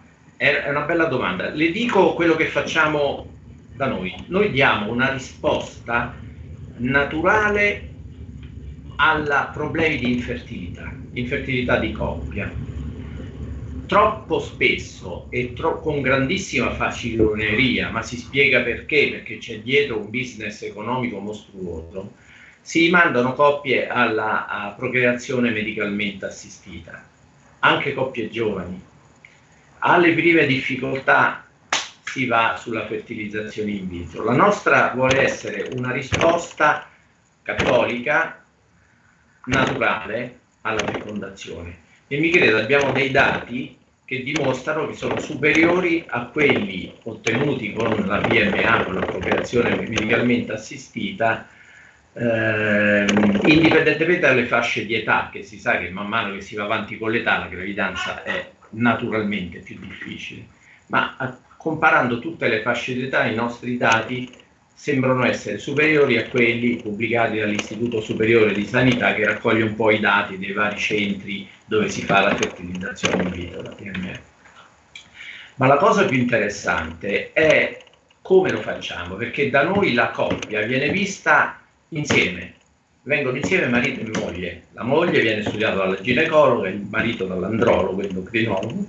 è una bella domanda. Le dico quello che facciamo da noi. Noi diamo una risposta naturale alla problemi di infertilità, infertilità di coppia. Troppo spesso e tro- con grandissima faciloneria, ma si spiega perché, perché c'è dietro un business economico mostruoso, si mandano coppie alla a procreazione medicalmente assistita, anche coppie giovani. Alle prime difficoltà si va sulla fertilizzazione in vitro. La nostra vuole essere una risposta cattolica, naturale alla fecondazione. E mi credo abbiamo dei dati che dimostrano che sono superiori a quelli ottenuti con la P M A, con la procreazione medicalmente assistita, ehm, indipendentemente dalle fasce di età, che si sa che man mano che si va avanti con l'età la gravidanza è naturalmente più difficile, ma a, comparando tutte le fasce di età i nostri dati sembrano essere superiori a quelli pubblicati dall'Istituto Superiore di Sanità, che raccoglie un po' i dati dei vari centri dove si fa la fertilizzazione in vitro, la P M A. Ma la cosa più interessante è come lo facciamo, perché da noi la coppia viene vista insieme, vengono insieme marito e moglie, la moglie viene studiata dalla ginecologa, il marito dall'andrologo, endocrinologo,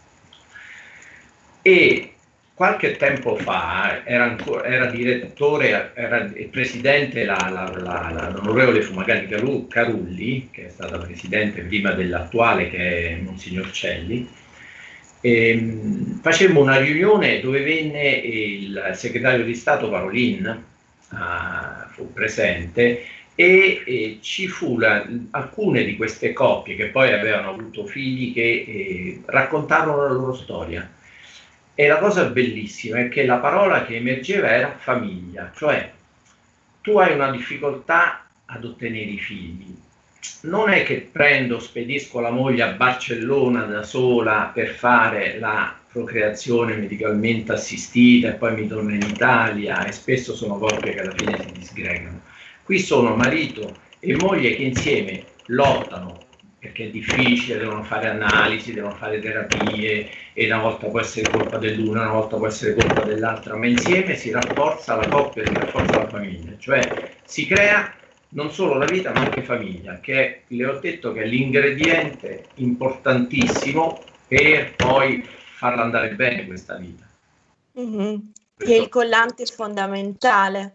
e qualche tempo fa era, ancora, era direttore, era presidente la, la, la, la, l'onorevole Fumagalli Carulli, che è stata presidente prima dell'attuale, che è Monsignor Celli. E, facemmo una riunione dove venne il segretario di Stato Parolin, uh, fu presente, e, e ci fu la, alcune di queste coppie che poi avevano avuto figli che eh, raccontarono la loro storia. E la cosa bellissima è che la parola che emergeva era famiglia, cioè tu hai una difficoltà ad ottenere i figli. Non è che prendo, spedisco la moglie a Barcellona da sola per fare la procreazione medicalmente assistita e poi mi torno in Italia, e spesso sono coppie che alla fine si disgregano. Qui sono marito e moglie che insieme lottano, perché è difficile, devono fare analisi, devono fare terapie, e una volta può essere colpa dell'una, una volta può essere colpa dell'altra, ma insieme si rafforza la coppia, si rafforza la famiglia, cioè si crea non solo la vita ma anche famiglia, che le ho detto che è l'ingrediente importantissimo per poi farla andare bene questa vita. Mm-hmm. Che è il collante fondamentale.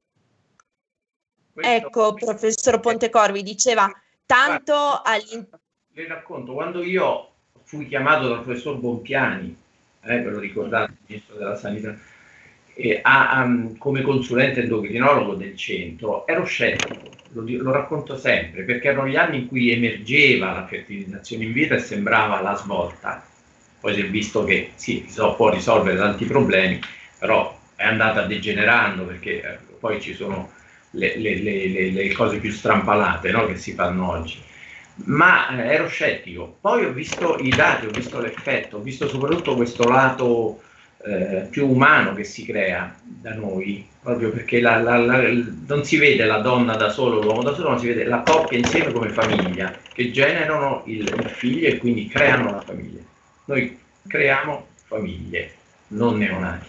Questo, ecco, professor Pontecorvi diceva tanto all'interno. Le racconto, quando io fui chiamato dal professor Bompiani, eh, ve lo ricordate, il ministro della sanità, eh, a, a, come consulente endocrinologo del centro, ero scettico, lo, lo racconto sempre, perché erano gli anni in cui emergeva la fertilizzazione in vita e sembrava la svolta. Poi si è visto che sì, si può risolvere tanti problemi, però è andata degenerando, perché eh, poi ci sono le, le, le, le cose più strampalate, no, che si fanno oggi. Ma eh, ero scettico, poi ho visto i dati, ho visto l'effetto, ho visto soprattutto questo lato eh, più umano che si crea da noi, proprio perché la, la, la, non si vede la donna da solo, l'uomo da solo, ma si vede la coppia insieme come famiglia, che generano il, il figlio e quindi creano la famiglia. Noi creiamo famiglie, non neonati.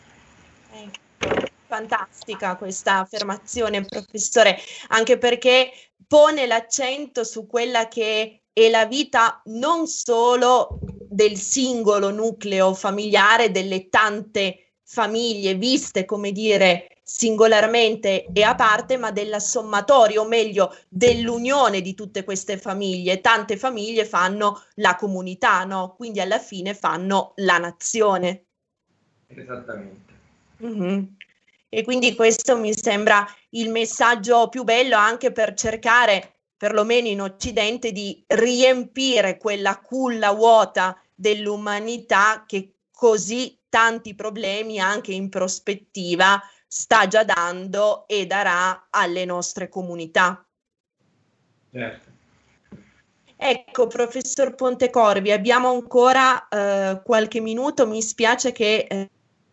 Ecco, fantastica questa affermazione, professore, anche perché pone l'accento su quella che è la vita non solo del singolo nucleo familiare, delle tante famiglie viste, come dire, singolarmente e a parte, ma della sommatoria, o meglio, dell'unione di tutte queste famiglie. Tante famiglie fanno la comunità, no? Quindi alla fine fanno la nazione. Esattamente. Mm-hmm. E quindi questo mi sembra il messaggio più bello anche per cercare, perlomeno in Occidente, di riempire quella culla vuota dell'umanità che così tanti problemi anche in prospettiva sta già dando e darà alle nostre comunità. Certo. Ecco, professor Pontecorvi, abbiamo ancora eh, qualche minuto, mi spiace che eh,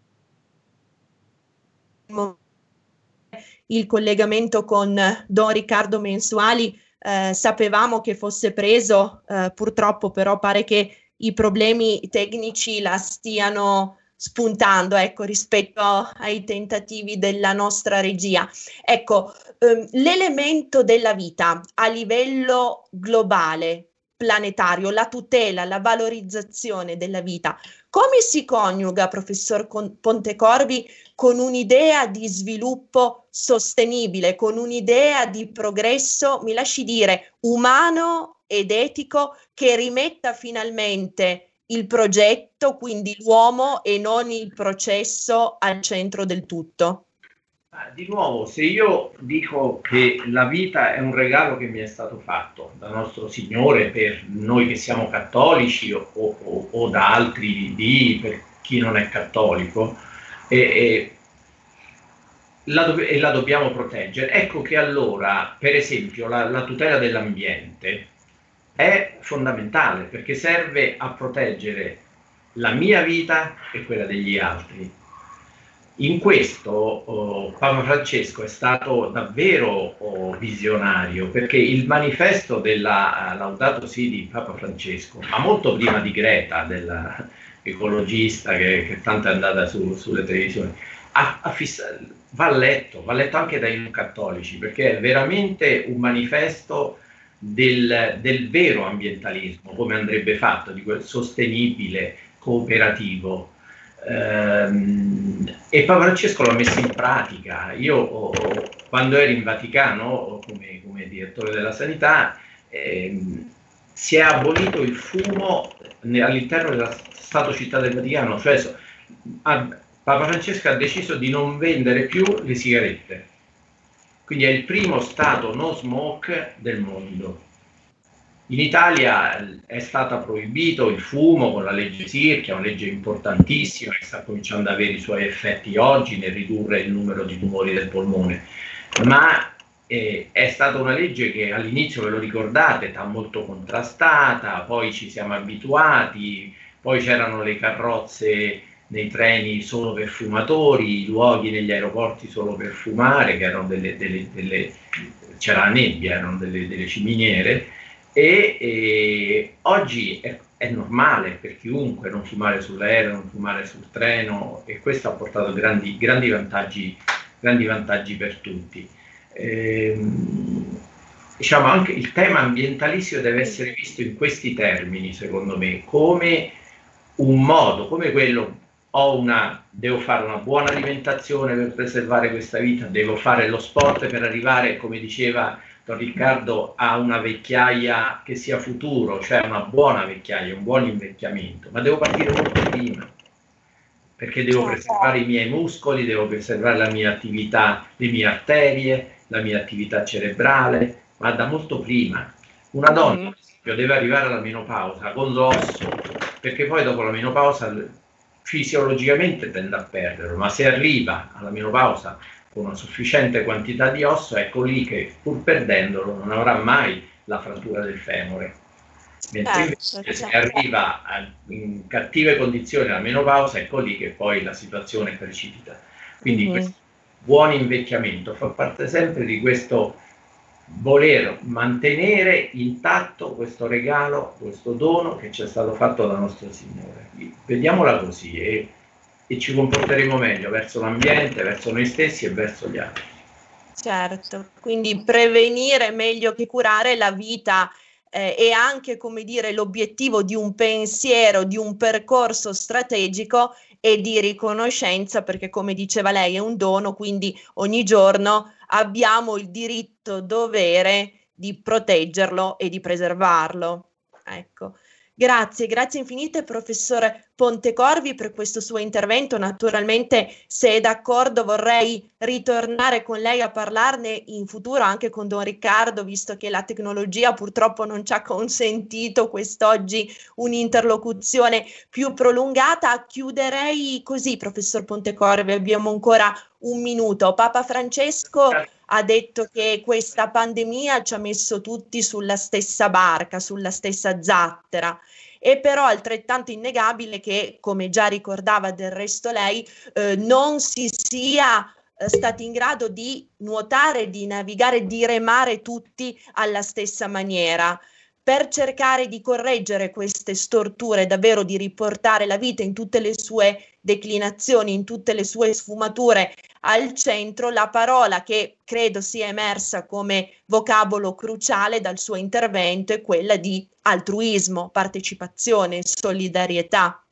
il collegamento con Don Riccardo Mensuali eh, sapevamo che fosse preso, eh, purtroppo però pare che i problemi tecnici la stiano spuntando, ecco, rispetto ai tentativi della nostra regia. Ecco, ehm, l'elemento della vita a livello globale, planetario, la tutela, la valorizzazione della vita, come si coniuga, professor Pontecorvi, con un'idea di sviluppo sostenibile, con un'idea di progresso, mi lasci dire, umano ed etico, che rimetta finalmente il progetto, quindi l'uomo e non il processo, al centro del tutto? Di nuovo, se io dico che la vita è un regalo che mi è stato fatto da nostro Signore per noi che siamo cattolici o, o, o da altri di per chi non è cattolico, e, e, la do- e la dobbiamo proteggere, ecco che allora, per esempio, la, la tutela dell'ambiente è fondamentale, perché serve a proteggere la mia vita e quella degli altri. In questo oh, Papa Francesco è stato davvero oh, visionario, perché il manifesto della uh, Laudato Si di Papa Francesco, ma molto prima di Greta, della ecologista che, che tanto è andata su, sulle televisioni, ha, ha fissa- va letto, va letto anche dai non cattolici, perché è veramente un manifesto del, del vero ambientalismo, come andrebbe fatto, di quel sostenibile, cooperativo. Ehm, e Papa Francesco l'ha messo in pratica. Io oh, quando ero in Vaticano oh, come, come direttore della sanità ehm, si è abolito il fumo all'interno della Stato Città del Vaticano, cioè so, a, Papa Francesco ha deciso di non vendere più le sigarette, quindi è il primo Stato no smoke del mondo. In Italia è stato proibito il fumo con la legge Sir, che è una legge importantissima che sta cominciando ad avere i suoi effetti oggi nel ridurre il numero di tumori del polmone, ma eh, è stata una legge che all'inizio, ve lo ricordate, era molto contrastata, poi ci siamo abituati, poi c'erano le carrozze nei treni solo per fumatori, i luoghi negli aeroporti solo per fumare, che erano delle, delle, delle c'era la nebbia, erano delle, delle ciminiere. E, e oggi è, è normale per chiunque non fumare sull'aereo, non fumare sul treno, e questo ha portato grandi, grandi, vantaggi, grandi vantaggi per tutti. ehm, diciamo anche il tema ambientalistico deve essere visto in questi termini, secondo me, come un modo, come quello, ho una, devo fare una buona alimentazione per preservare questa vita, devo fare lo sport per arrivare, come diceva Don Riccardo, a una vecchiaia che sia futuro, cioè una buona vecchiaia, un buon invecchiamento, ma devo partire molto prima, perché devo preservare i miei muscoli, devo preservare la mia attività, le mie arterie, la mia attività cerebrale, ma da molto prima. Una donna, ad esempio, deve arrivare alla menopausa con l'osso, perché poi dopo la menopausa fisiologicamente tende a perderlo, ma se arriva alla menopausa con una sufficiente quantità di osso, ecco lì che pur perdendolo non avrà mai la frattura del femore. Mentre invece se arriva a, in cattive condizioni alla menopausa, ecco lì che poi la situazione precipita. Quindi mm-hmm. questo buon invecchiamento fa parte sempre di questo voler mantenere intatto questo regalo, questo dono che ci è stato fatto da nostro Signore. Vediamola così e, e ci comporteremo meglio verso l'ambiente, verso noi stessi e verso gli altri. Certo, quindi prevenire è meglio che curare. La vita eh, è anche, come dire, l'obiettivo di un pensiero, di un percorso strategico e di riconoscenza, perché come diceva lei è un dono, quindi ogni giorno abbiamo il diritto dovere di proteggerlo e di preservarlo. Ecco. Grazie, grazie infinite professor Pontecorvi per questo suo intervento. Naturalmente, se è d'accordo, vorrei ritornare con lei a parlarne in futuro anche con Don Riccardo, visto che la tecnologia purtroppo non ci ha consentito quest'oggi un'interlocuzione più prolungata. Chiuderei così, professor Pontecorvi, abbiamo ancora un minuto. Papa Francesco ha detto che questa pandemia ci ha messo tutti sulla stessa barca, sulla stessa zattera. È però altrettanto innegabile che, come già ricordava del resto lei, eh, non si sia eh, stati in grado di nuotare, di navigare, di remare tutti alla stessa maniera. Per cercare di correggere queste storture, davvero di riportare la vita in tutte le sue declinazioni, in tutte le sue sfumature al centro, la parola che credo sia emersa come vocabolo cruciale dal suo intervento è quella di altruismo, partecipazione, solidarietà.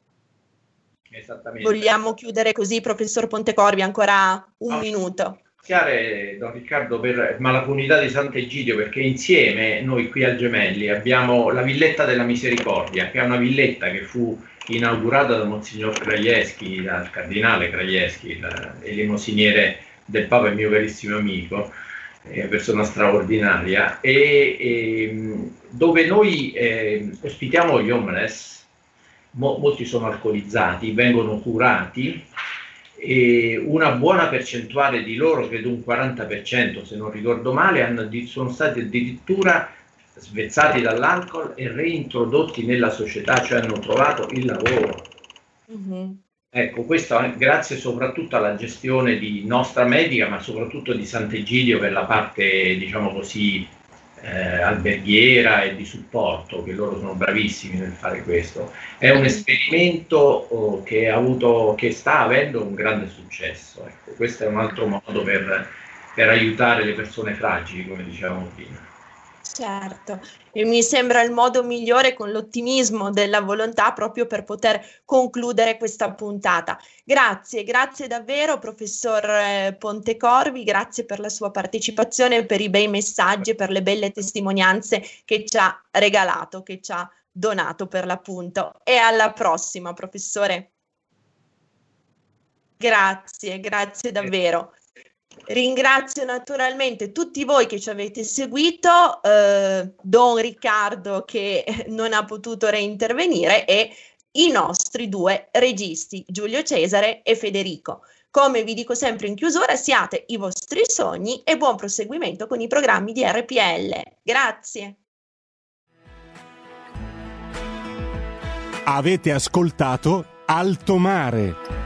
Esattamente. Vogliamo chiudere così, professor Pontecorvi, ancora un no, minuto. Ringraziare Don Riccardo per ma la comunità di Sant'Egidio, perché insieme noi qui al Gemelli abbiamo la Villetta della Misericordia, che è una villetta che fu inaugurata da Monsignor Krajewski, dal cardinale Krajewski, elemosiniere del Papa e mio carissimo amico, eh, persona straordinaria, e, e dove noi eh, ospitiamo gli homeless. Mo, molti sono alcolizzati, vengono curati e una buona percentuale di loro, credo un quaranta per cento se non ricordo male, hanno, sono stati addirittura svezzati dall'alcol e reintrodotti nella società, cioè hanno trovato il lavoro. Mm-hmm. Ecco, questo è grazie soprattutto alla gestione di nostra medica, ma soprattutto di Sant'Egidio per la parte, diciamo così, eh, alberghiera e di supporto, che loro sono bravissimi nel fare questo. È un esperimento oh, che ha avuto, che sta avendo un grande successo. Ecco, questo è un altro modo per, per aiutare le persone fragili, come dicevamo prima. Certo, e mi sembra il modo migliore, con l'ottimismo della volontà, proprio per poter concludere questa puntata. Grazie, grazie davvero professor eh, Pontecorvi, grazie per la sua partecipazione, per i bei messaggi, per le belle testimonianze che ci ha regalato, che ci ha donato per l'appunto. E alla prossima, professore. Grazie, grazie davvero. Ringrazio naturalmente tutti voi che ci avete seguito, eh, Don Riccardo che non ha potuto reintervenire e i nostri due registi, Giulio Cesare e Federico. Come vi dico sempre in chiusura, siate i vostri sogni e buon proseguimento con i programmi di R P L. Grazie. Avete ascoltato Alto Mare.